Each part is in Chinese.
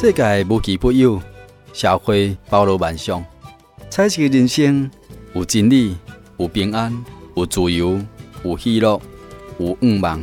世界无奇不有，社会包罗万象。彩色的人生有真理，有平安，有自由，有喜乐，有愿望。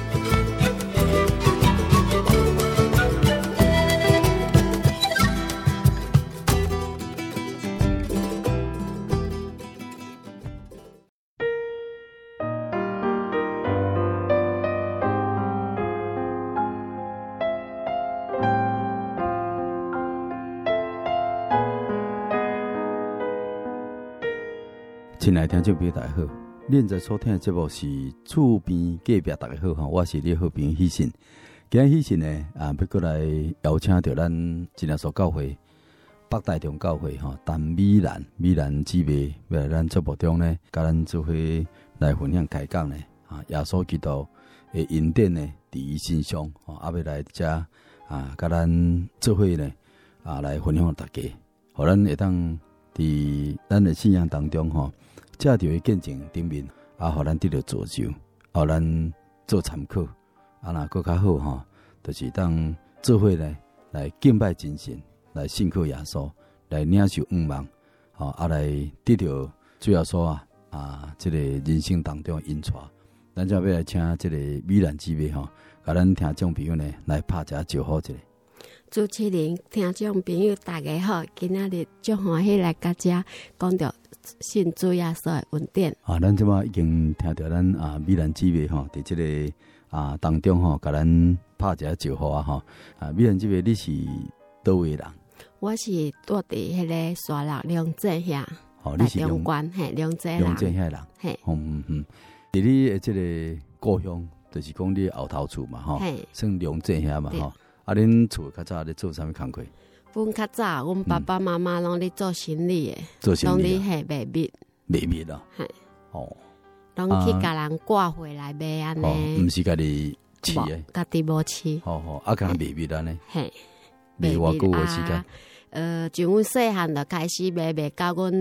亲爱的听众朋友，大家好！恁在收听的节目是厝边隔壁，大家好哈，我是你好朋友喜信。今日喜信呢要过来邀请到咱真耶稣教会北大中教会哈，陈美兰姊妹要来咱节目中呢，甲咱做伙来分享开讲呢啊，耶稣基督的恩典呢，伫伊身上啊，要来遮啊，甲咱做伙呢啊来分享大家，互咱会当伫咱的信仰当中吼。借着见证顶面，互咱得到造就，互咱做参考，若搁较好吼，就是当做伙来敬拜真神，来信靠耶稣，来领受愿望，来得到主要说这个人生当中的恩赐。咱就要来请这个美兰姊妹甲咱听众朋友呢来拍一下招呼一下。 主持人、听众朋友大家好，今仔日足欢喜来甲遮讲到信主耶稣的恩典。 咱即马已经听到咱美兰姊妹伫即个当中甲咱拍一下招呼美兰姊妹，你是倒位人？ 我是住伫迄个沙鹿龙井遐， 你是中关嘿龙井人。 龙井遐人， 嘿， 伫你的即个故乡，就是讲你后头厝嘛算龙井遐嘛恁厝较早咧做啥物工课？ 阮较早，阮爸爸妈妈拢咧做生意的， 做生意拢咧卖米咯。 嘿，拢去甲人挂回来卖安尼。 毋是家己饲的， 家己无饲。 甲人卖米安尼。 嘿， 卖偌久的时间？ 从阮细汉就开始卖到阮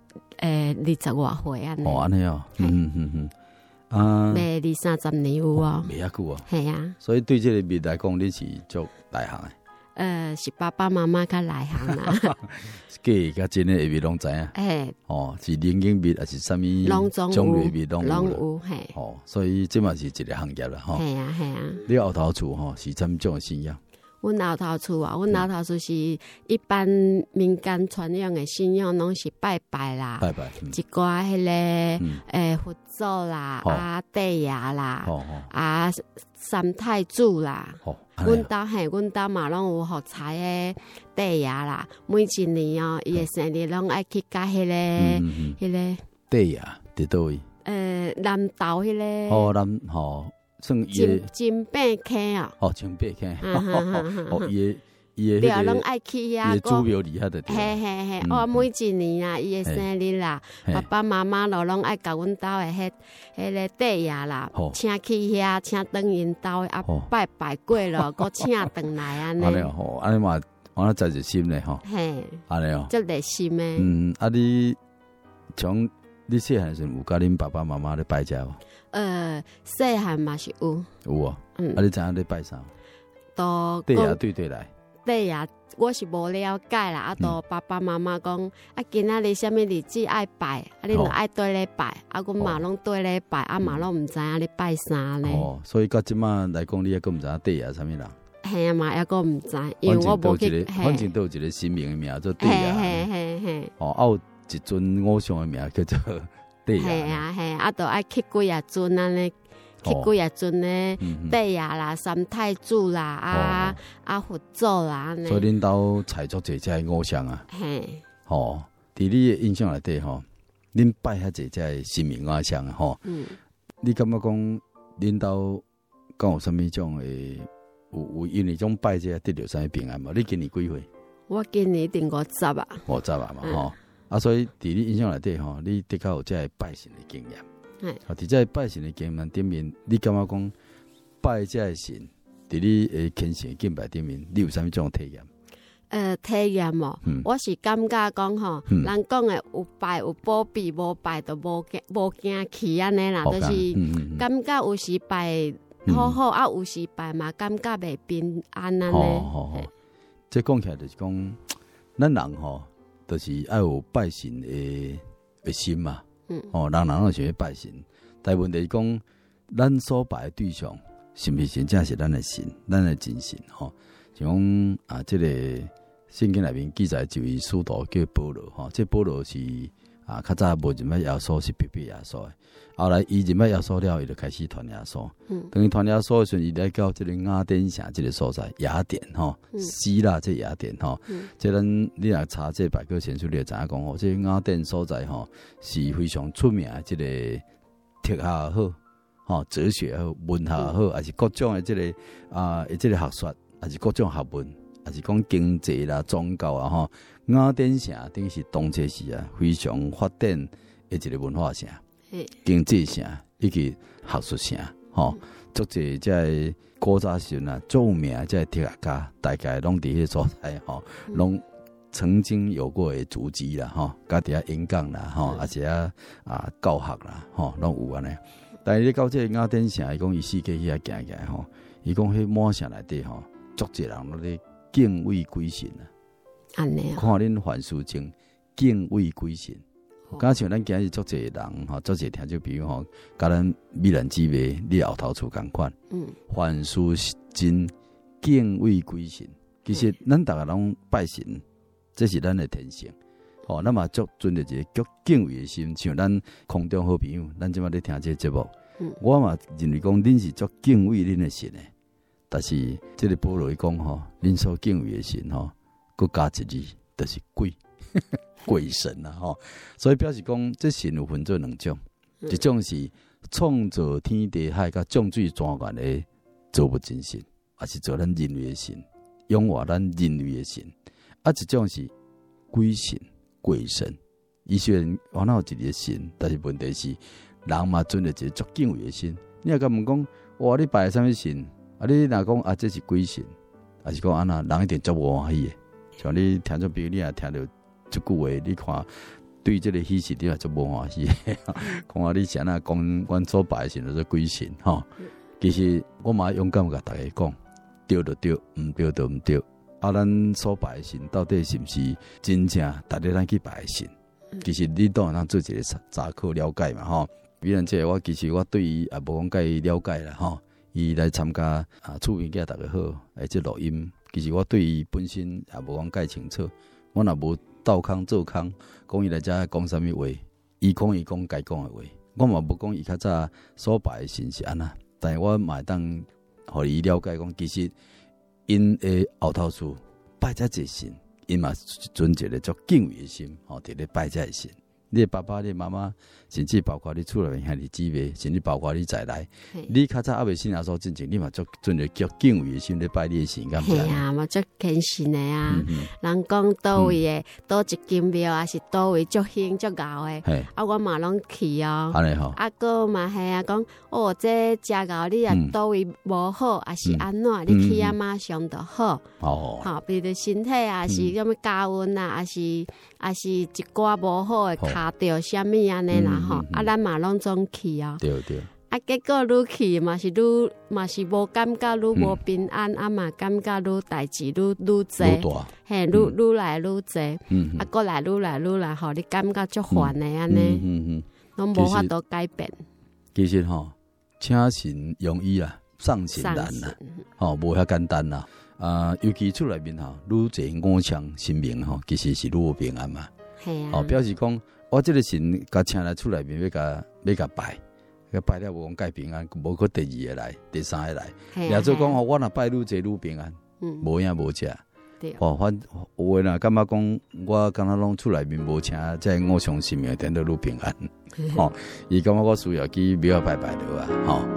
20外岁安尼。 安尼卖20-30年有卖遐久系啊。 所以对这个米来讲，你是做内行的。 是爸爸妈妈较内行啦。 假甲真的米拢知影。是冷饮米还是啥物种类米拢有嘿。 所以这嘛是一个行业啦系啊。 你后头厝是怎么种的信仰？ 阮后头厝阮后头厝是一般民间传统的信仰，拢是拜拜啦，一寡迄个佛祖啦，地爷啦，三太子啦。阮兜嘛拢有福彩的地爷啦，每一年伊的生日拢爱去甲迄个地爷伫倒位？ 南投迄个。 算金饼坑金饼坑， 伊对，拢爱去遐。 伊祖庙里遐的。 嘿，每一年伊的生日啦，爸爸妈妈拢爱甲阮兜的迄个地爷啦，请去遐，请转因兜拜拜过咯，搁请转来安尼。 安尼嘛，我真热心嘞嘿， 安尼真热心诶。 你从你细汉时有甲恁爸爸妈妈咧拜遮无？ 细汉嘛是有你知影咧拜啥？地爷对来。 地爷我是无了解啦，都爸爸妈妈讲今仔日啥物日子爱拜，恁就爱对咧拜，阮嘛拢对咧拜，嘛拢毋知影咧拜啥咧。 所以到即马来讲，你还佫毋知影地爷啥物人？ 嘿嘛，还佫毋知，因为我无去。 反正都有一个神明的名做地爷。 嘿。 有一尊偶像的名叫做地爷。 嘿，都爱去几啊尊安尼，去几啊尊咧地爷啦、三太子啦、佛祖啦安尼。 所以恁兜采足侪只偶像啊。 嘿。 伫你的印象内底恁拜遐侪只神明偶像你感觉讲恁兜敢有啥物种诶？有因为种拜这得到啥物平安嘛？你今年几岁？ 我今年定50啊。 50嘛所以伫你印象内底你的确有这拜神的经验。伫这拜神的经验顶面，你感觉讲拜这神，伫你的虔诚敬拜顶面，你有啥物种体验？ 体验我是感觉讲人讲的有拜有保庇，无拜就无惊气安尼啦，就是感觉有时拜好好有时拜嘛感觉袂平安安尼。 这讲起来就是讲，咱人吼，就是要有拜神的心嘛。人都想要拜神，但问题是讲，咱所拜的对象是不是真正是咱的神，咱的真神吼？像讲这个圣经内面记载一位使徒叫保罗吼，这保罗是较早无认捌耶稣，是逼耶稣的。后来伊认捌耶稣了，伊就开始传耶稣。等于传耶稣的时候，伊来到这个雅典城这个所在，雅典吼，希腊这雅典吼。这咱你若查这百科全书，你就知影讲吼，这雅典所在吼是非常出名的这个哲学也好，吼哲学也好，文学也好，还是各种的这个这个学说，还是各种学问，还是讲经济啦、宗教啊吼。雅典城等于是当初时非常发展的一个文化城。经济城以及学术城，足侪这古早时著名这哲学家，大概拢伫迄所在，拢曾经有过的足迹啦，甲伫遐演讲啦，而且教学啦，拢有安尼。但是你到这雅典城，伊讲伊世界遐行行，伊讲迄满城内底足侪人拢咧敬畏鬼神啊。安尼啊，看恁凡事情敬畏鬼神。假像咱今日足侪人足侪听就比如甲咱美兰姊妹你后头厝共款，凡事真敬畏鬼神。其实咱大家拢拜神，这是咱的天性。那么足存着一个足敬畏的心，像咱空中好朋友，咱即马咧听这个节目，我嘛认为讲恁是足敬畏恁的神的。但是这个保罗讲恁所敬畏的神佮加一字，就是鬼。鬼神啊，所以表示讲，这神有分做两种，一种是创造天地海甲降水泉源的造物真神，也是做咱人类的神，养活咱人类的神；一种是鬼神、鬼神。伊虽然我有一个神，但是问题是人嘛存着一个足敬畏的心。你若甲问讲，哇，你拜啥物神？你若讲这是鬼神，还是讲安那人一定足无欢喜的。像你听做，比如你若听到这句话，你看对这个喜事你也足无欢喜。看你是安那讲，阮所拜的神就是鬼神其实我嘛勇敢甲大家讲，对就对，唔对就唔对。咱所拜的神到底是不是真正值得咱去拜的神？其实你当然做一个查考了解嘛比如这我其实我对伊也无讲介了解啦伊来参加厝边家大家好，这录音，其实我对伊本身也无讲介清楚。我若无倒空做空，讲伊来遮讲啥物话，伊讲该讲的话，我嘛无讲伊较早所拜的神是安那，但是我嘛当互伊了解讲，其实因的后头厝拜遮济神，因嘛存一个足敬畏的心，伫咧拜遮神。你的爸爸、你的妈妈，甚至包括你厝内面兄弟姊妹，甚至包括你在内，你较早还未信耶稣之前，你嘛足存着足敬畏的心咧拜你的神，敢不？ 系啊，嘛足虔诚的啊。人讲倒位的，倒一间庙，还是倒位足兴足熬的，我嘛拢去哦。安尼吼，个嘛系啊，讲这食熬你也倒位无好，还是安怎？你去马上就好。比如身体啊，是什么加温啊，还是一寡无好的。卡着啥物安尼啦咱嘛拢总去对。 结果愈去嘛是无感觉愈无平安，嘛感觉愈代志愈济，嘿，愈来愈济，过来愈来你感觉足烦的安尼，拢无法度改变。 其实请神容易啦，送神难啦，无遐简单啦。尤其厝内面愈济五常神明其实是愈平安嘛。表示讲，我这个神甲请来厝内面要甲拜，拜了无讲介平安，无去第二个来，第三个来。也做讲我若拜愈济愈平安，无影无食。反有诶啦，感觉讲我敢若拢厝内面无请，这五常神明等到愈平安。伊感觉我需要去庙拜拜了啊。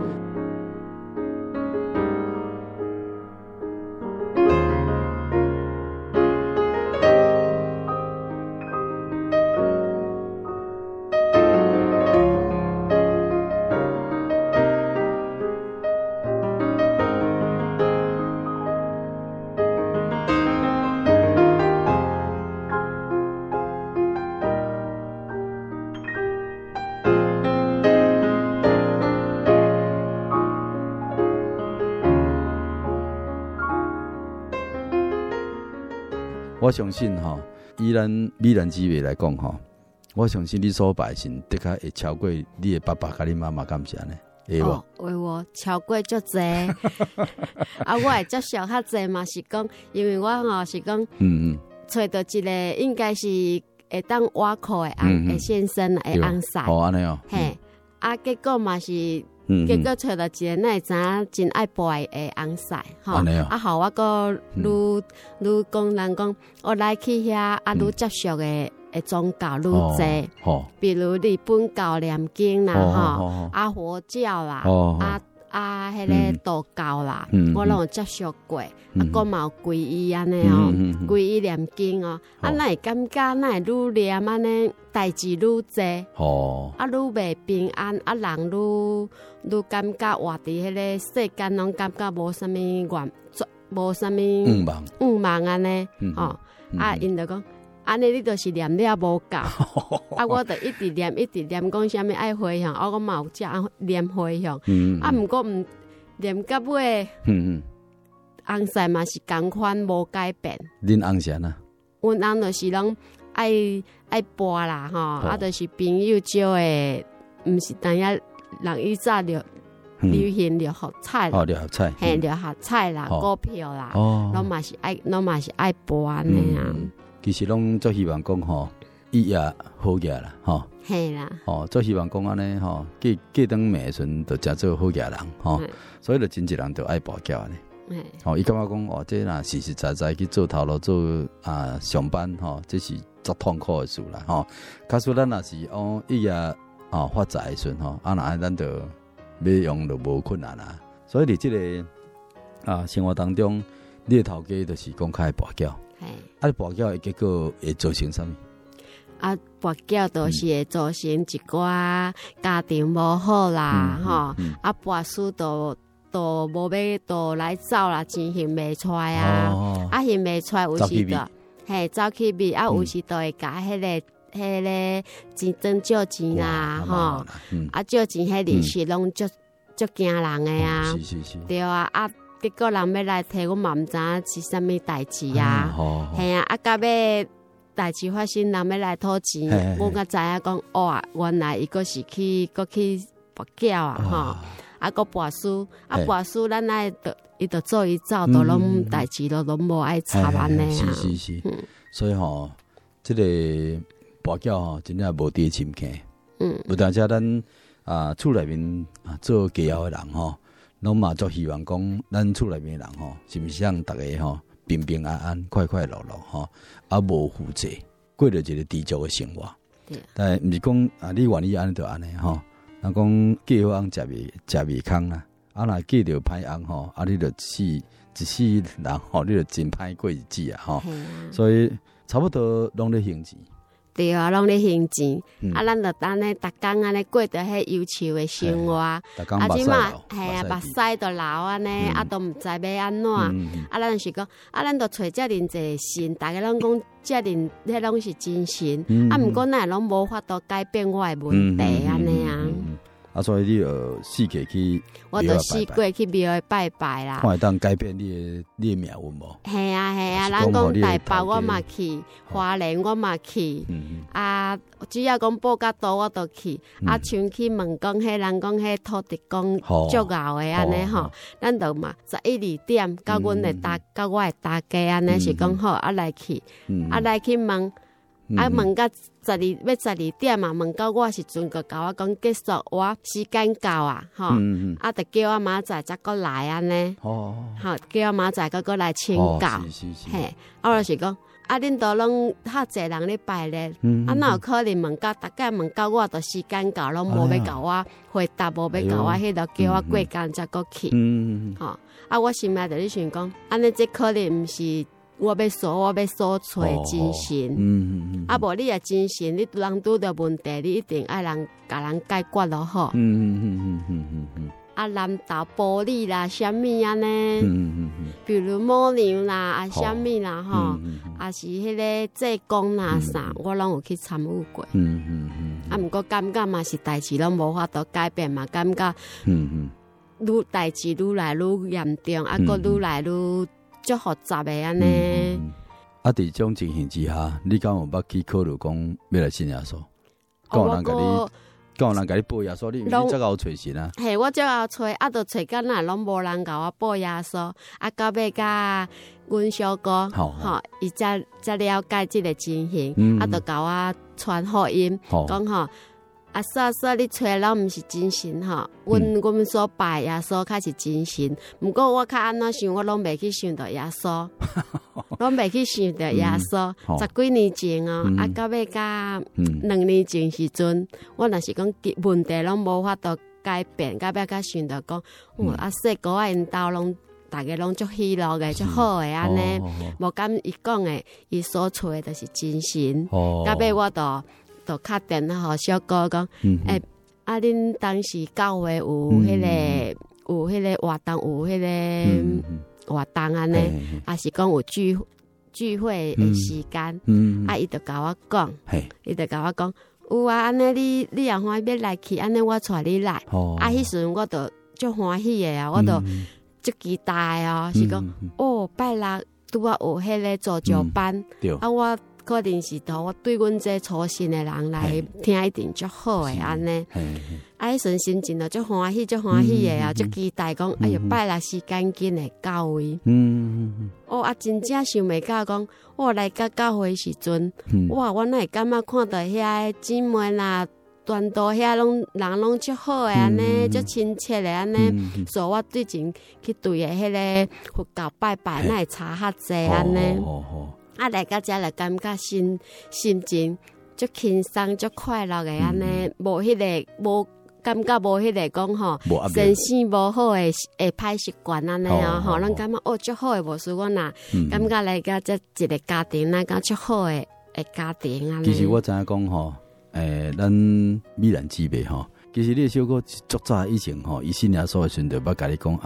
我相信以咱美兰姊妹来讲我相信你所拜神的确会超过你的爸爸甲你妈妈，敢是安尼？会无？ 会我超过足济，我会接受较济嘛，是讲，因为我是讲，找到一个应该是会当挖苦的的先生的翁婿， 安尼哦， 嘿，结果嘛是，结果找到一个那会知影真爱拜的翁婿，好我个愈讲人讲，我来去遐愈接受的宗教愈济，比如日本教念经啦，佛教啦，迄个道教啦，我拢有接受过，个嘛有皈依安尼皈依念经咱会感觉咱会愈念安尼代志愈济，愈袂平安，人愈感觉活伫迄个世间，拢感觉无啥物无啥物忙安尼，因就讲。安尼你就是念了无够，我就一直念，讲啥物爱回向，我嘛有只念回向，毋过毋念到尾，翁婿嘛是同款无改变。 恁翁是安怎？ 阮翁就是拢爱播啦，就是朋友少诶，毋是等下人以早流行六合彩啦， 六合彩， 嘿，六合彩啦，股票啦，拢嘛是爱播安尼啊。 其实拢做希望讲伊也好嘢啦， 系啦， 做希望讲安尼过当命的时阵，就真做好嘢人，所以就真侪人就爱跋筊安尼。伊感觉讲这若实实在在去做头路做上班这是足痛苦的事啦，假使咱若是伊也发财的时阵那咱就要用就无困难啦。所以伫这个生活当中，你的头家就是讲较爱跋筊。跋筊的结果会造成啥物？ 跋筊就是会造成一寡家庭无好啦，跋输都无要都来走啦，钱还袂出来还袂出来，有时就走去秘，有时都会甲迄个钱装借钱啦，借钱迄利息拢足惊人的是对结果人要来提，我嘛毋知影是啥物代志嘿到尾代志发生，人要来讨钱，我才知影讲原来伊个是去跋筊佫跋输，跋输咱伊就做伊走，都拢代志都无爱插安尼是，所以这个跋筊真正无地深刻，有当时咱厝内面做家后的人拢嘛足希望讲，咱厝内面的人是毋是让大家平平安安、快快乐乐无负债，过着一个知足的生活。但毋是讲你愿意安尼就安尼人讲嫁好翁食未空啦，若嫁着歹翁你就一世人你就真歹过日子所以差不多拢咧行钱。 对拢咧还钱，咱就等咧，逐工安尼过着迄忧愁的生活，即马目屎都流安尼，都毋知要安怎，咱是讲，咱就找遮尔济神，大家拢讲遮尔，迄拢是真神，毋过咱拢无法度改变我的问题安尼所以你四界去， 我就四界去庙里拜拜啦， 看会当改变你的命运无？ 系啊，咱讲台北我嘛去，花莲我嘛去，只要讲报甲岛我都去，像去问讲迄人讲迄土地公足牛的安尼咱就嘛11、2点，到我的大家安尼是讲好，来去，来去问。问到12点嘛，问到我时阵，就甲我讲结束，我时间到就叫我明仔载再来安尼。叫我明仔载再来请教。嘿，我就是讲，恁都拢较侪人咧拜咧，哪有可能问到大概问到我，就时间到，拢无要甲我回答，无要甲我迄个叫我过工再过去。我心内就咧想讲，安尼这可能毋是。我要所找真神，无你也真神，你人拄着问题，你一定爱人甲人解决就好。南投玻璃啦，啥物安尼？比如母娘啦，啥物啦，是迄个济公啦啥，我拢有去参与过。毋过感觉嘛是代志拢无法度改变嘛，感觉愈代志愈来愈严重，佫愈来愈。足复杂的安尼， 啊，伫种情形之下，你敢有捌去考虑讲要来信耶稣？敢有人甲你？敢有人甲你报耶稣？你则有找神啊？ 嘿，我则有找，啊，都找到哪拢无人甲我报耶稣，啊，到尾甲阮小哥，吼，伊才了解即个情形，啊，就甲我传福音，讲吼。啊，说你找拢毋是真神吼，阮所拜耶稣较是真神。毋过我较安怎想，我拢袂去想到耶稣，拢袂去想到耶稣。10几年前哦，啊，到尾甲2年前时阵，我若是讲问题拢无法度改变，到尾甲想到讲，啊，细哥啊，因兜拢。大家拢足喜乐嘅，足好嘅安尼，无敢伊讲嘅，伊所找嘅就是真神。到尾我就敲电话，小哥讲，啊，恁当时教会有迄个活动，有迄个活动安尼，啊是讲有聚会的时间，啊，伊就甲我讲，有啊，安尼你也欢喜要来去，安尼我带你来，啊，迄时阵我就足欢喜的啊，我就足期待哦，是讲拜六拄啊有迄个助教班，啊我。可能是我对阮这初信的人来听一定足好诶，安尼。啊，迄阵心情就足欢喜诶啊，足期待讲，哎哟，拜六时间紧会到位。啊，真正想袂到讲，我来到教会时阵，哇，我哪会感觉看到遐姊妹啦，团道遐人拢足好诶，安尼足亲切诶，安尼。所以我最近去对诶迄个佛教拜拜，哪会差较济安尼。啊，来到遮就感觉心情足轻松、足快乐的安尼，无迄个无感觉无迄个讲吼，身心无好的歹习惯安尼哦吼，咱感觉足好的无输我呐，感觉来到这一个家庭，咱讲足好的家庭安尼。 其实我知影讲吼，咱米兰姊妹吼，其实你小可足早以前吼，伊信耶稣的时阵就捌甲你讲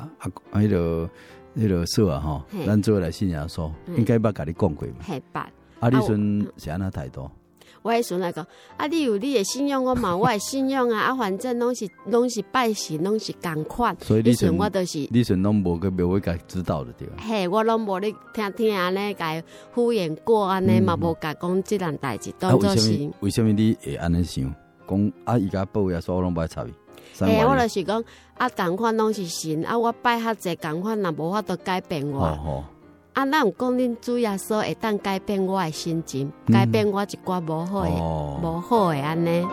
迄个说啊吼，咱做来信耶稣，应该捌甲你讲过嘛？ 系捌。 啊，你阵是安那态度？ 我迄阵来讲，啊，你有你的信仰，我嘛我的信仰啊，啊，反正拢是拜神，拢是共款。 所以你阵我都是，你阵拢无甲指导的对吧？ 嘿，我拢无咧听安尼甲敷衍过安尼，嘛无甲讲即样代志当做是。 为什么你会安尼想？讲啊，伊甲报耶稣拢歹插伊。 我就是讲啊，同款拢是神啊，我拜较济同款，若无法度改变我。啊，咱有讲恁主耶稣会当改变我的心情，改变我一寡无好的安尼。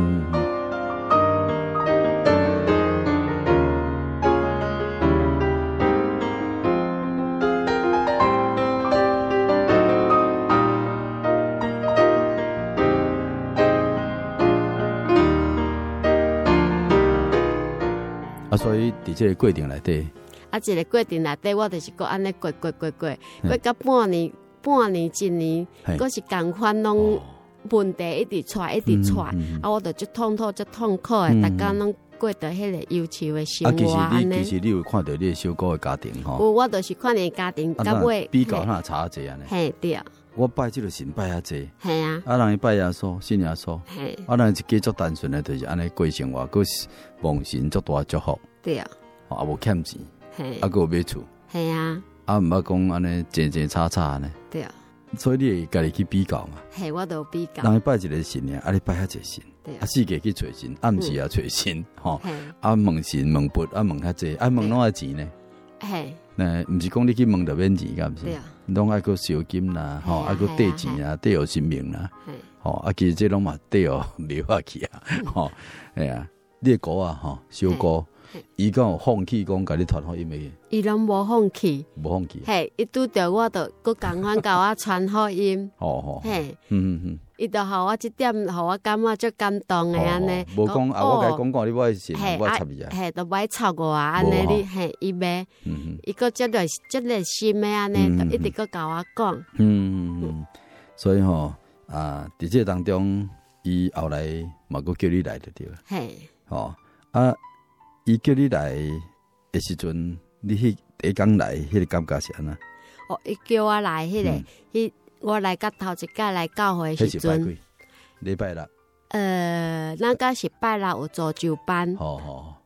所以伫这个过程内底， 一个过程内底，我就是过安尼过到半年、一年，阁是共款拢问题一直出，啊，我就足痛苦的，大家拢过到迄个忧愁的生活安尼。 其实你有看到你的小哥的家庭吼？ 我就是看你家庭，到尾比较哪差济安尼？ 嘿，对。 我拜这个神拜遐济， 系啊， 啊人伊拜耶稣，信耶稣，啊人一家足单纯的，就是安尼过生活，佮望神足大祝福， 对啊， 啊无欠钱，啊佮有买厝， 系啊， 啊毋捌讲安尼正差呢， 对啊， 所以你会家己去比较嘛， 系我都比较， 人伊拜一个神啊，啊你拜遐济神，啊世界去找神，暗时啊找神，吼，啊问神问佛，啊问遐济，啊问拢爱钱呢，系。毋是讲你去问就免钱，敢毋是？拢爱个烧金啦，吼，爱个缀钱啊，缀有神明啦，吼，啊，其实这拢嘛缀有庙啊去啊，吼，哎呀，你个哥啊，吼，小哥，伊敢有放弃讲甲你传福音未？ 伊拢无放弃， 嘿， 伊拄着我就佫共款甲我传福音，嘿，伊就互我即点，互我感觉足感动诶安尼。 无讲啊，我甲伊讲过，你我是我插伊啊， 嘿，都歹插我啊，安尼你嘿伊袂，伊佫足热心诶安尼，就一直佫甲我讲。 所以吼啊，伫这当中，伊后来嘛佫叫你来就对了。 嘿， 吼啊，伊叫你来诶时阵，你迄第一工来，迄个感觉是安那？ 哦，伊叫我来迄个，我来甲头一届来教会时阵， 礼拜六。 咱甲是拜六有助救班。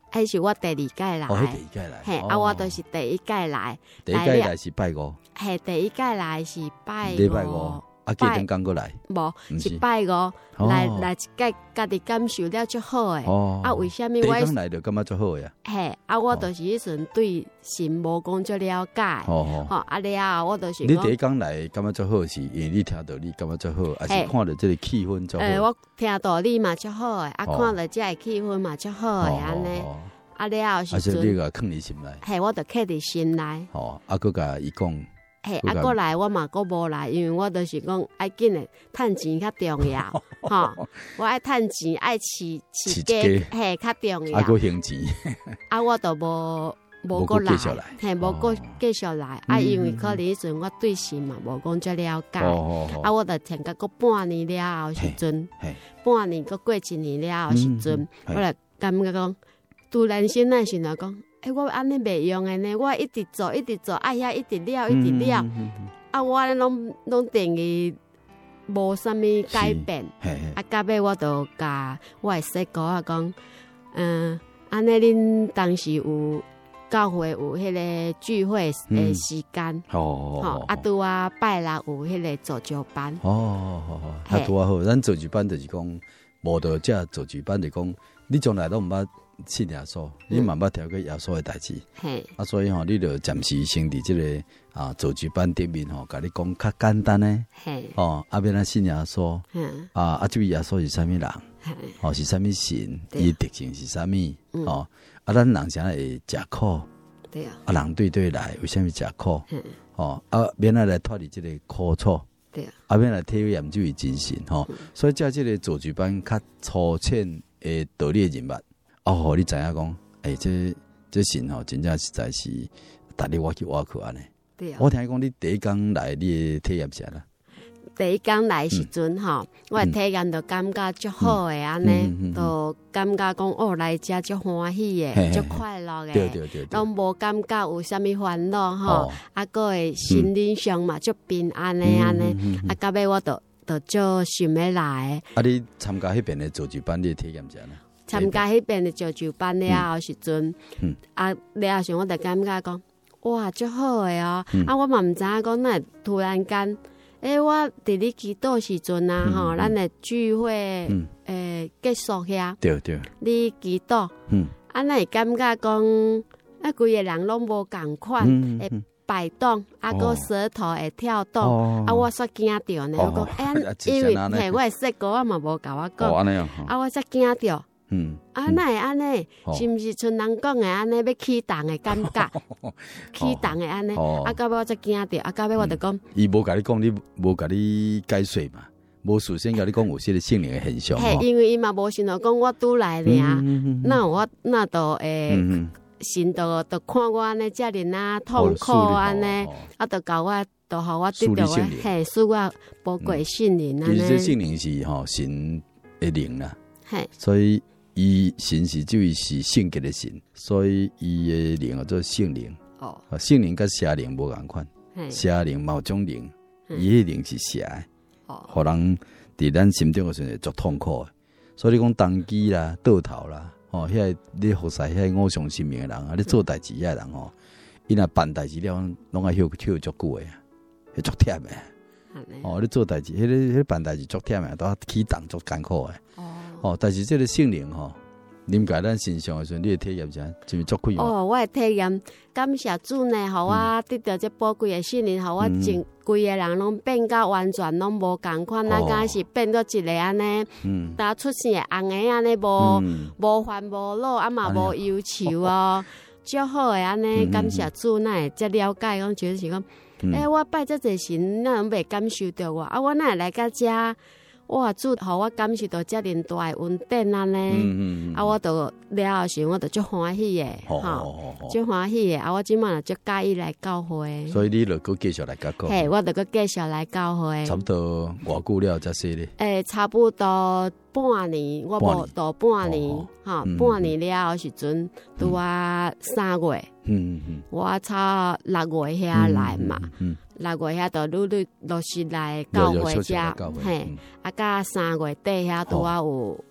迄是我第二届来。 哦，迄第一届来。 嘿，我就是第一届来。 第一届来是拜五。 嘿，第一届来是拜五。啊，过阵刚过来。 无，是拜五。来一届，家己感受了足好诶。啊，为虾米我？ 第一刚来就感觉足好呀。 嘿，啊，我就是迄阵对神无讲足了解。啊了，我就是。 你第一刚来感觉足好，是因为你听到你感觉足好，还是看到这个气氛足好？ 我听到你嘛足好诶，啊，看到这个气氛嘛足好诶，安尼。啊了，时阵。啊， 你个放伫心内。 嘿，我就刻伫心内。 啊，佮甲伊讲。 嘿，啊，过来我嘛阁无来，因为我就是讲爱紧诶，趁钱较重要，我爱趁钱，爱饲鸡，嘿，较重要。 啊，阁还钱。 啊，我就无阁来，嘿，无阁继续来。啊，因为可能迄阵我对神嘛无讲遮了解，啊，我就听甲阁半年了后时阵，半年阁过一年了后时阵，我来感觉讲，突然间那时来讲。我安尼袂用诶呢，我一直做，爱遐一直了，啊，我拢等于无啥物改变，啊，到尾我就甲我诶细姑仔讲，安尼恁当时有教会有迄个聚会诶时间，啊，拄啊拜六有迄个早教班， 啊，拄啊好，咱早教班就是讲，无到遮早教班就讲，你从来都毋捌。信耶稣，你嘛捌听过耶稣的代志，所以你就暂时先伫这个早教班顶面甲你讲较简单的，啊，免信耶稣，这位耶稣是啥物人，是啥物神，伊特性是啥物，咱人啥会食苦，对啊，人对来为啥物食苦，免来脱离这个苦楚，对啊，免来体验这位真神，所以在这个早教班较粗浅的道理人物。你知影讲，这神真正实在是带你挖去安尼。对啊。我听讲你第一天来，你的体验啥啦？ 第一天来时阵我的体验就感觉足好诶，安尼，就感觉讲来遮足欢喜诶，足快乐诶，对，拢无感觉有啥物烦恼啊，个会心灵上嘛足平安诶，安尼，啊，到尾我就足想要来。 啊，你参加迄边的早教班，你的体验啥呢？ 参加迄边的早教班了后时阵，啊了后我就感觉讲，哇，足好诶哦！啊，我嘛毋知影讲，那突然间，我伫咧祈祷时阵咱的聚会结束遐， 对， 你祈祷，啊，那会感觉讲，规个人拢无共款，会摆动，啊，个舌头会跳动，啊，我煞惊着呢，我讲，因为我的细姑嘛无甲我讲，啊，我煞惊着。那会安尼，是毋是像人讲的安尼要启动的感觉？启动的安尼，啊，到尾我才惊着，啊，到尾我就讲， 伊无甲你讲，你无甲你解说嘛，无事先甲你讲有些性灵的现象。 嘿，因为伊嘛无想到讲我拄来尔，那都神都看我安尼遮尔痛苦安尼，啊，都教我，都互我得到嘿，使我宝贵性灵安尼。 其实性灵是神的灵啦，所以。伊神是这位是圣洁的神，所以伊的灵叫做圣灵。圣灵甲邪灵无共款，邪灵某种灵，伊的灵是邪的，互人伫咱心中的时候足痛苦的。所以你讲当机啦、倒头啦，遐你服侍遐偶像神明的人你做代志遐人伊若办代志了，拢爱休足久的，足忝的。你做代志，迄办代志足忝的，都起动足艰苦的。但是这个圣灵临在咱身上的时候，你的体验啥？就是足开我的体验，感谢主呢，互我得到这宝贵的圣灵，互我整规个人拢变到完全拢无共款，咱敢是变到一个安尼，打出生的红个安尼，无烦无恼，啊嘛无忧愁足好的安尼。感谢主，那会才了解讲，就是讲，我拜这侪神，那拢袂感受到我，我那会来到遮。哇！主，互我感受到遮尔大的稳定安尼，我就了后时，我就足欢喜的，足欢喜的。我即满就足介意来教会， 所以你就搁继续来教会。 我就搁继续来教会。 差不多偌久了才说咧？ 差不多半年，我无到半年，半年了后时阵，拄啊3月，我差6月遐来嘛。6月遐就陆续来教会遮，啊，甲3月底遐拄啊有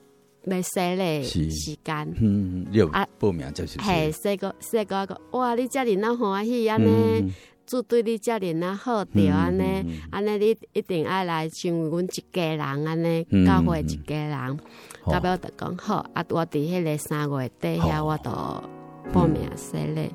要洗嘞时间。 你有报名就是嘿，说个哇，你遮尔那欢喜安尼。主对你遮尔那好着安尼，安尼你一定爱来成为阮一家人安尼，教会一家人。到尾我就讲好，我伫迄个3月底遐，我就报名洗礼。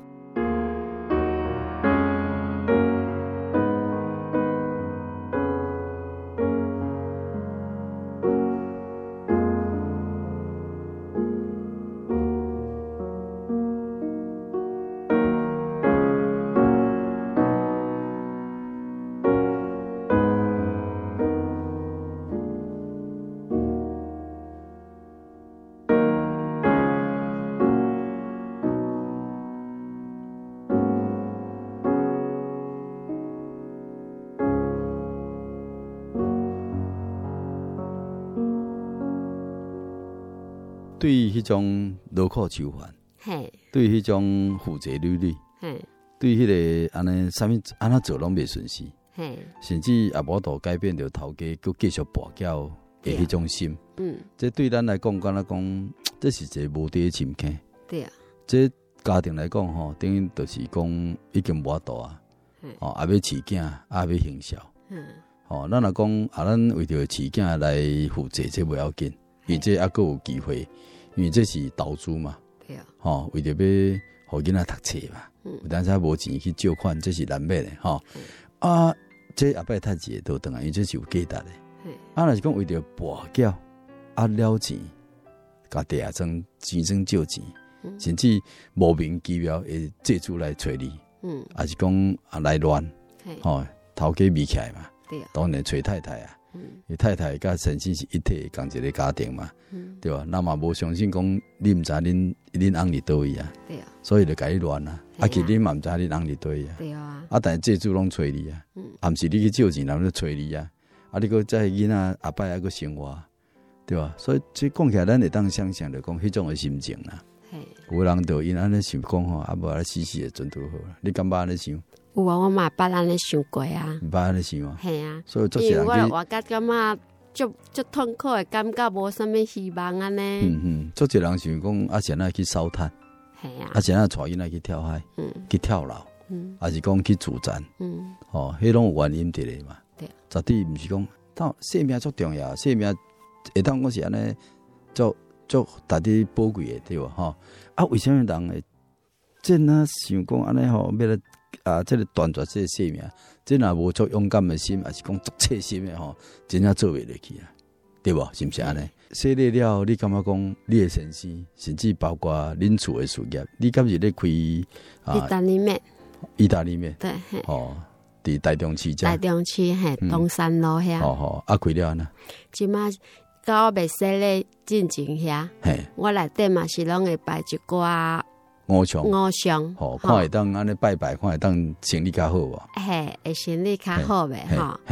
对于迄种劳苦愁烦，对于迄种负债累累，对于迄个安尼啥物安怎做拢袂顺遂，甚至也无度改变着头家，佮继续跋筊的迄种心。这对咱来讲，敢若讲，这是一个无底的深坑。对啊，这家庭来讲吼，等于就是讲已经无度啊，也要饲囝，也要行孝。咱若讲咱为着饲囝来负债，这袂要紧，因为这还佫有机会。因为这是投资嘛，对啊，为着要互囡仔读册嘛，有当时无钱去借款，这是难免的这后摆趁钱都等啊，因为这是有价值的。若是讲为着跋筊了钱，甲地下装钱装借钱，甚至莫名其妙会借主来找你，还是讲来乱，头家咪起来嘛，当然找太太啊。伊太太甲先生是一体共一个家庭嘛，对吧？那嘛无相信讲你毋知恁翁伫倒位啊，对啊，所以就甲你乱啊。其实恁嘛毋知恁翁伫倒位啊，对啊。但是借主拢找你啊，毋是你去借钱，人就找你啊。你个在囡仔后摆还个生活，对吧？所以这讲起来，咱会当想象着讲迄种的心情啦。有人就因安尼想讲吼，无啊死死的阵拄好啦。你敢捌安尼想？ 有啊，我嘛捌安尼想过啊。 捌安尼想啊？ 系啊。 所以做人我感觉足痛苦的感觉，无啥物希望安尼。 做一人想讲先仔去烧炭，系啊，先仔带囡仔去跳海，去跳楼，还是讲去自残，迄种有原因伫咧嘛。对，绝对毋是讲，生命足重要，生命会当讲是安尼，足值得宝贵的，对吧？为什么人会真啊想讲安尼吼，要来这个断绝这个生命，真若无足勇敢的心，还是讲足切心的吼，真正做袂落去啊，对不？是不是安尼？洗礼了，你感觉讲你的先生，甚至包括恁厝的事业，你敢是咧开意大利面？意大利面对，伫台中市遮。台中市东山路遐。开了呢？ 即马到我未洗礼进前遐，我内底嘛是拢会摆一寡。 五常，看会当安尼拜拜，看会当生理较好无？ 会生理较好呗，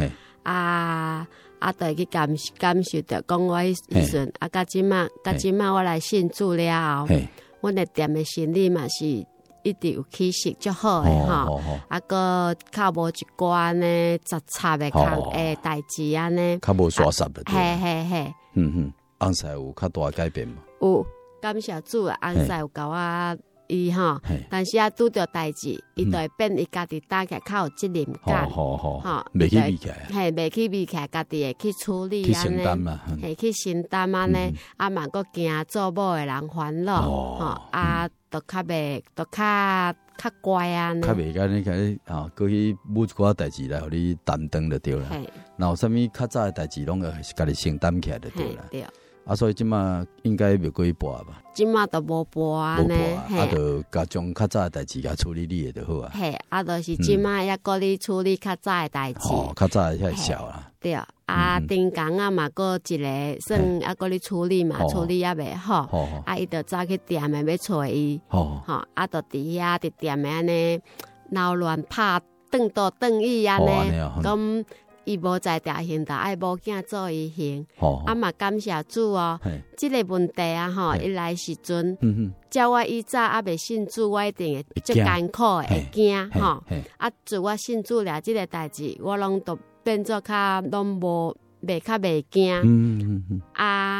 就会去感受着，讲我迄阵，到即马我来信主了后，阮的店的生理嘛是一直有起色，足好诶个较无一寡呢杂插的代志安尼， 较无刷煞的，翁婿有较大改变嘛？ 有，感谢主啊，翁婿有甲我。但是拄着代志，伊就会变伊家己打起较有责任感， 袂去比起来， 袂去比起来，家己会去处理去承担嘛， 去承担安尼，嘛佫惊做某的人烦恼，都较袂，都较乖啊， 较袂甲你过去每一寡代志来互你担当就对了，然后啥物较早的代志拢是家己承担起来就对了。所以即马应该袂过去播吧？ 即马都无播安尼， 就甲将较早的代志甲处理你就好啊。 就是即马也搁你处理较早的代志。 较早的遐少啦。 对，顶工嘛搁一个算也搁你处理嘛，处理也袂好。伊就走去店的要找伊，就伫遐伫店的安尼闹乱拍转倒转椅安尼，咁。伊无在条行道，爱某囝做伊行，嘛感谢主哦。即个问题伊来时阵，照我以早未信主，我一定会足艰苦会惊自我信主了，即个代志我拢都变做较拢袂惊。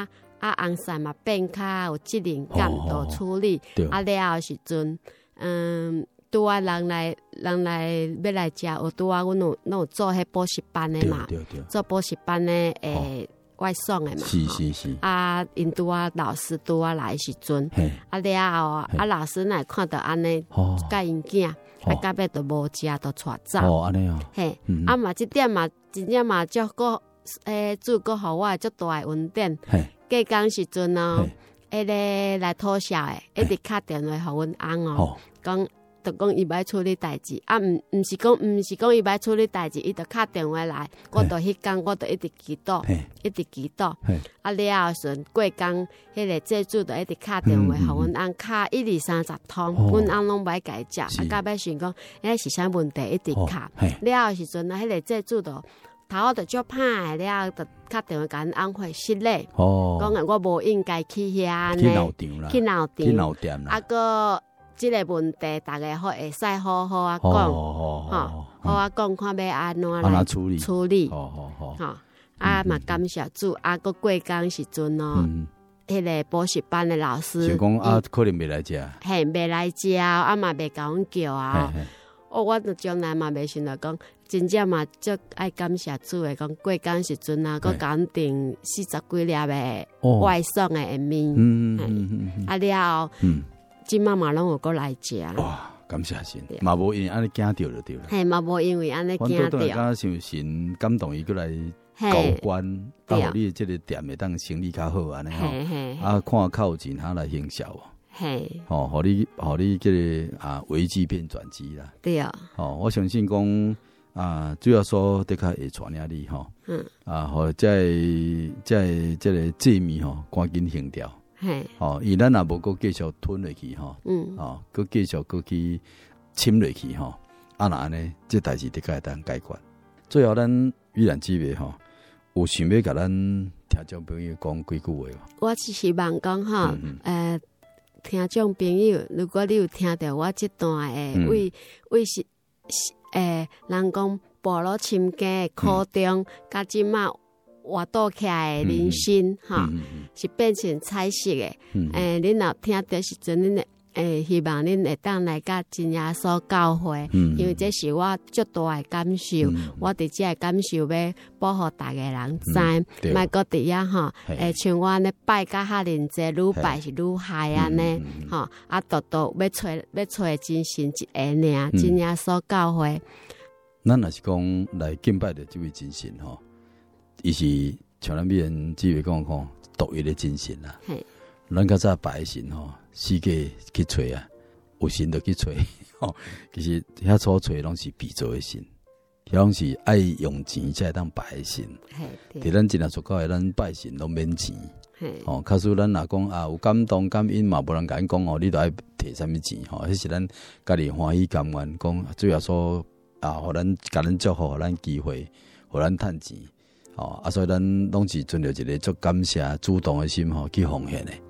红伞嘛变较有责任感度处理，了后时阵，拄啊人来要来食，有拄啊阮有做迄补习班的嘛，做补习班的外送的嘛， 是， 因拄啊老师拄啊来时阵，了后老师若看到安尼，甲因囝，到尾都无食，都带走。 安尼嘿，嘛即点嘛，真正嘛，足个主个互我足大的恩典。过工时阵哦，迄个来讨销的，一直敲电话互阮翁哦，讲。就讲伊歹处理代志，毋是讲伊歹处理代志，伊就敲电话来，我就迄工我就一直祈祷，了后时过工，迄个债主就一直敲电话，互阮翁敲1、2、30通，阮翁拢歹甲伊接，到尾想讲，迄是啥问题，一直敲，了后时阵迄个债主就头就足歹，了后就敲电话甲阮翁回失礼，讲我无应该去遐呢，去闹场啦，个。即个问题，大家会使好好啊讲，好啊讲，看要安怎来处理，嘛感谢主，个过工时阵哦，迄个补习班的老师， 就讲可能袂来食， 袂来食，嘛袂甲阮叫啊，我将来嘛袂想到讲，真正嘛足爱感谢主的，讲过工时阵佮甲阮订40几粒的外送的下面，了后。即妈妈拢有过来食， 哇！感谢神，嘛无因为安尼惊着就对了。 嘛无因为安尼惊着。 我刚想神感动伊过来交关，互你即个店会当生意较好安尼吼。看较有钱他来行销哦。互你即个危机变转机啦。 对啊。 我相信讲主要说的确会传染你吼。互在即个界面吼，赶紧行掉。伊咱也无搁继续吞落去吼，搁继续搁去侵落去吼，若安尼，这代志的确会当解决。最后，咱依然姊妹吼，有想要甲咱听众朋友讲几句话无？ 我是希望讲吼，听众朋友，如果你有听到我这段的为是人讲部落亲家苦中，甲即马。活倒起来的人生是变成彩色的。恁若听到时阵，恁希望恁会当来甲真耶稣教会，因为这是我足大的感受。我伫这感受要保护大家人知，莫搁伫遐像我安尼拜甲较认真，愈拜是愈害安尼独要找真神一个尔，真耶稣教会。 咱若是讲来敬拜的这位真神吼。伊是像咱面姊妹讲独一的真神啦。咱较早拜神吼，世界去找啊，有神就去找吼。其实遐所找拢是被造的神，遐拢是爱用钱才会当拜的神。伫咱真正做到的，咱拜神拢免钱。假使咱若讲有感动感恩嘛，无人甲咱讲你都爱摕啥物钱吼？迄是咱家己欢喜甘愿讲，主要说互咱甲咱祝福，互咱机会，互咱趁钱。所以咱拢是存着一个足感谢、主动的心去奉献的。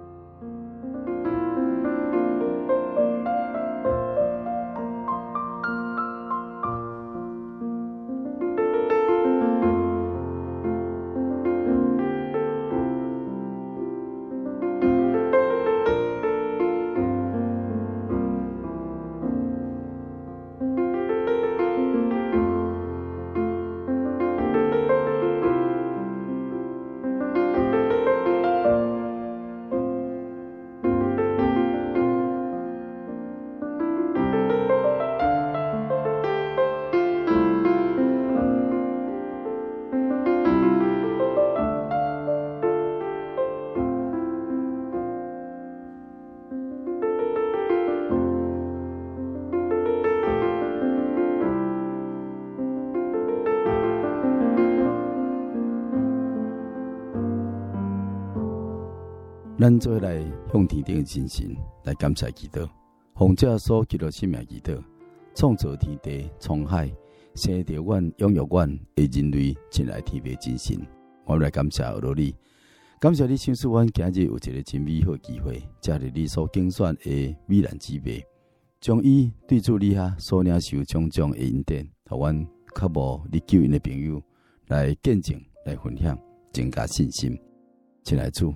咱做来向天顶的真神来感谢祈祷，奉这所基督生命祈祷，创造天地、沧海，生着阮、养育阮的人类，前来天父真神。我们来感谢俄罗你，感谢你赏赐阮今日有一个真美好的机会，借着你所竞选的美兰姊妹，将伊对主你下所领受种种的恩典，互阮较无你救恩的朋友来见证、来分享，增加信心。亲爱的主。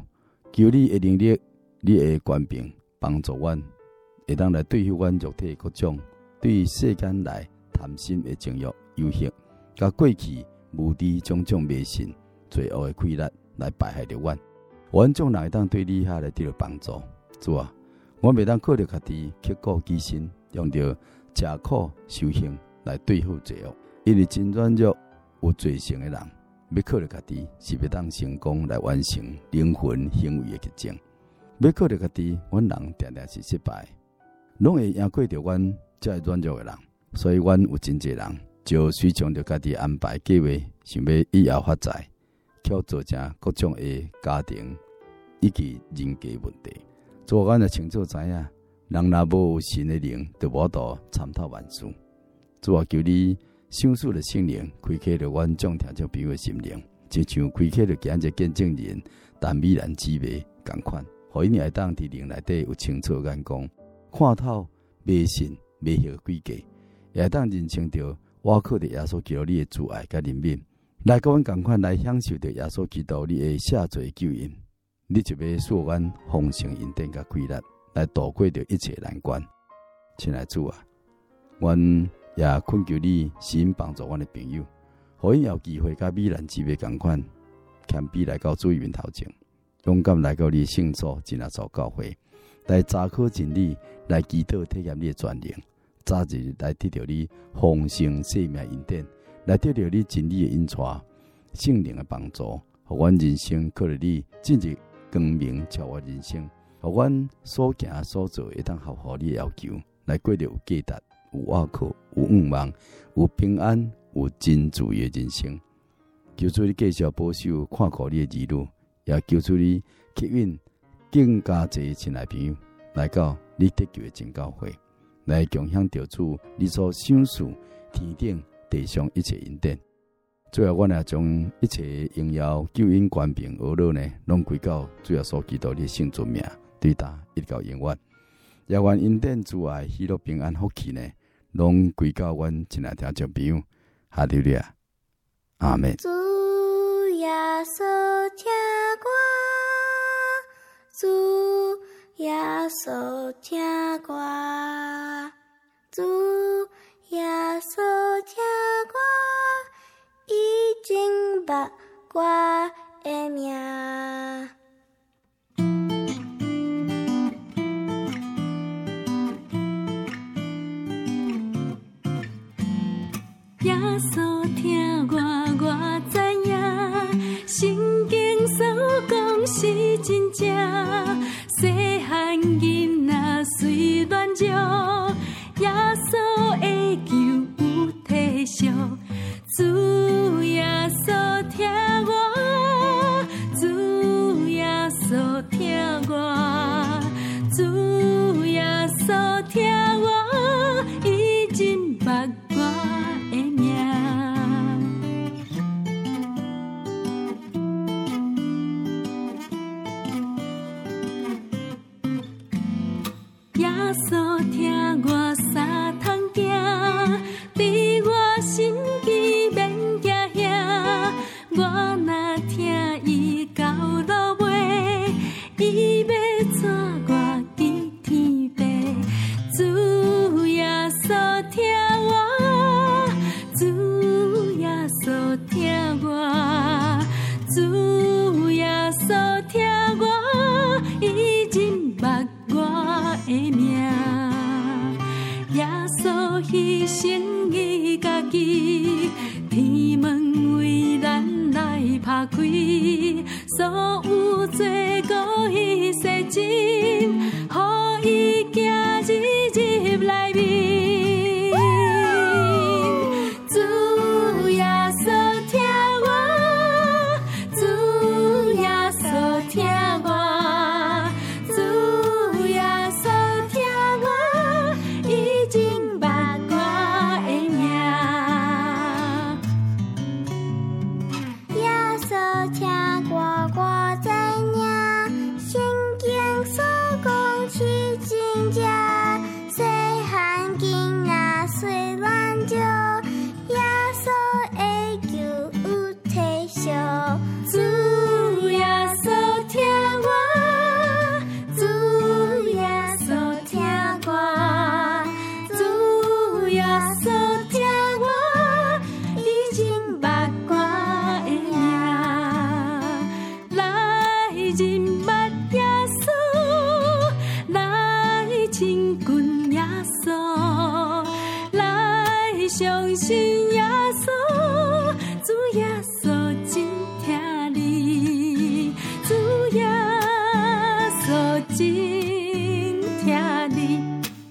求你的能力，你的权柄帮助阮，会当来对付阮肉体各种对世间来贪心的情欲、游戏，甲过去无知种种迷信、罪恶的溃烂来败害着阮。阮众人会当对你下来得到帮助。主啊，我袂当靠着家己刻苦己心，用着吃苦修行来对付罪恶，因为真软弱有罪性的人，要靠着家己是要当成功来完成灵魂行为的结晶。要靠着家己，阮人定定是失败，拢会赢过着阮这软弱的人。所以，阮有真侪人就随从着家己安排计划，想要以后发财，却造成各种的家庭以及人际问题。做阮也清楚知影，人若无有神的灵，就无法参透万事。主啊，求你赏赐的圣灵开启着阮众听众朋友的心灵，就像开启着今日见证人但美兰姊妹同款，互因会当伫灵内底有清楚眼光，看透迷信迷惑诡计，也会当认清着我靠着耶稣基督你的慈爱甲怜悯，来甲阮同款来享受着耶稣基督你的赦罪救恩。你就要使阮丰盛恩典甲快乐，来度过着一切难关。亲爱的主啊，阮也恳求你施恩帮助阮的朋友，互因有机会甲美兰姊妹同款，谦卑来到主面头前，勇敢来到你圣所真耶稣教会，来查考真理，来祈祷体验你的全能，早日来得到你丰盛生命恩典，来得到你真理的引带，圣灵的帮助，互阮人生靠着你进入光明超越人生，互阮所行所做会当合乎你的要求，来过着有价值、有依靠、有愿望、有平安、有真自由的人生。求主你继续保守看顾你的儿女，也求主你吸引更加侪亲爱朋友来到你得救的真教会，来共享着主你所赏赐天顶地上一切恩典。最后，我也将一切荣耀、救恩、权柄、恶乐呢，拢归到主耶稣基督的圣尊名，对他一直到永远。也愿恩典、慈爱、喜乐、平安、福气呢，拢归到阮亲爱听众朋友。哈利路亚，阿门。 主耶稣听我，主耶稣听我，主耶稣听我。已经捌我的名， 耶稣听我，我知影，圣经所讲是真正。细汉囡仔虽软弱，耶稣会救有体恤。主耶稣听我，主耶稣听我，主耶稣听我，已真捌我的名。耶稣听我三通行，比我心机免惊吓。我若听伊到路尾，伊要带我去天边。主耶稣听我，主耶稣听我，主耶稣听我，伊真捌我的名。耶稣牺牲伊家己，天门为咱来打开，所有罪过伊洗净，予伊行入内面。主耶稣听我，主耶稣听我，主耶稣听我，已经捌我的名。 耶稣听我，我知影，圣经所相信耶稣，主耶稣真疼你，主耶稣真疼你。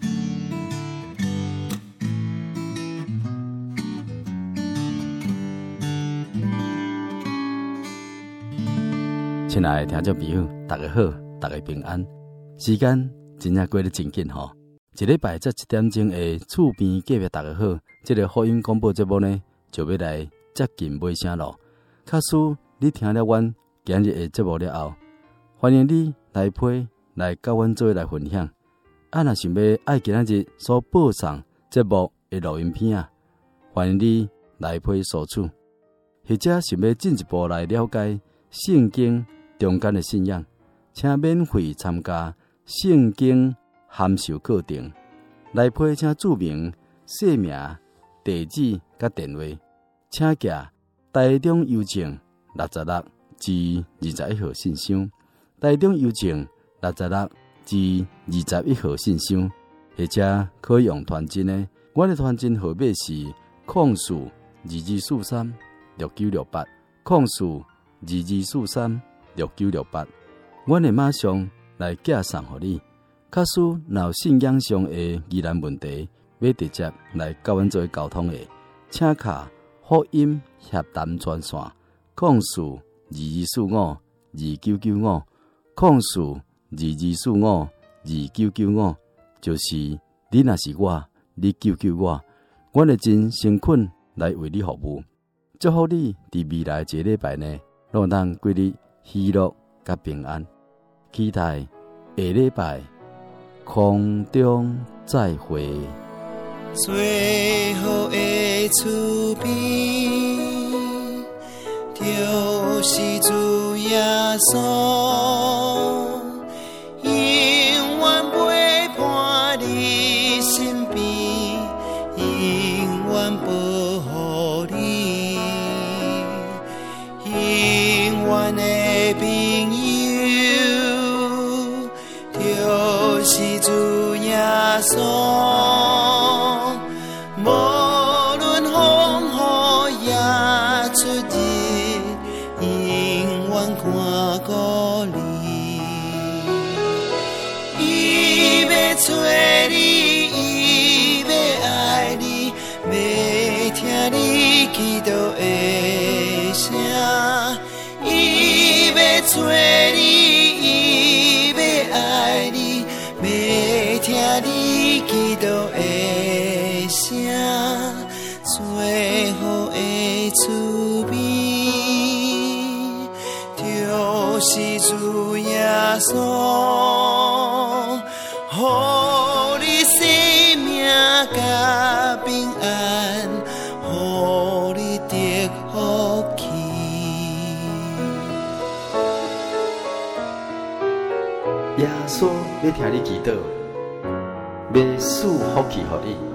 亲爱的听众朋友，大家好，大家平安。时间真正过得真紧吼，一礼拜这1点钟的厝边隔壁大家好，这个福音广播节目呢，就要来接近尾声咯。假使你听了阮今日的节目了后，欢迎你来批来跟阮做来分享。若想要爱今日所播送节目的录音片啊，欢迎你来批索取，或者想要进一步来了解圣经中间的信仰，请免费参加圣经函授课程。来批请注明姓名、地址甲电话，请寄台中邮政66至21号信箱，台中邮政66至21号信箱，或者可以用传真的。我的传真号码是0422436968 0422436968，我会马上来寄送给你。假使有信仰上的疑难问题，要直接来跟阮做沟通的，请卡福音协谈专线0422452995 0422452995，就是你若是我，你救救我，我会真诚恳来为你服务。祝福你伫未来一个礼拜呢，让咱过日喜乐甲平安。期待下礼拜空中再会。 最后的厝边，就是主耶稣，永远陪伴你身边，永远保护你，永远的朋友，就是主耶稣。无论风雨也出日，永远看顾你。伊要找你，伊要爱你，要听你祈祷的声。伊要找你，伊要爱你，要听你祈祷的声。最好的厝边，就是主耶稣，予你生命甲平安，予你得福气。 耶稣要听你祈祷，要赐福气予你。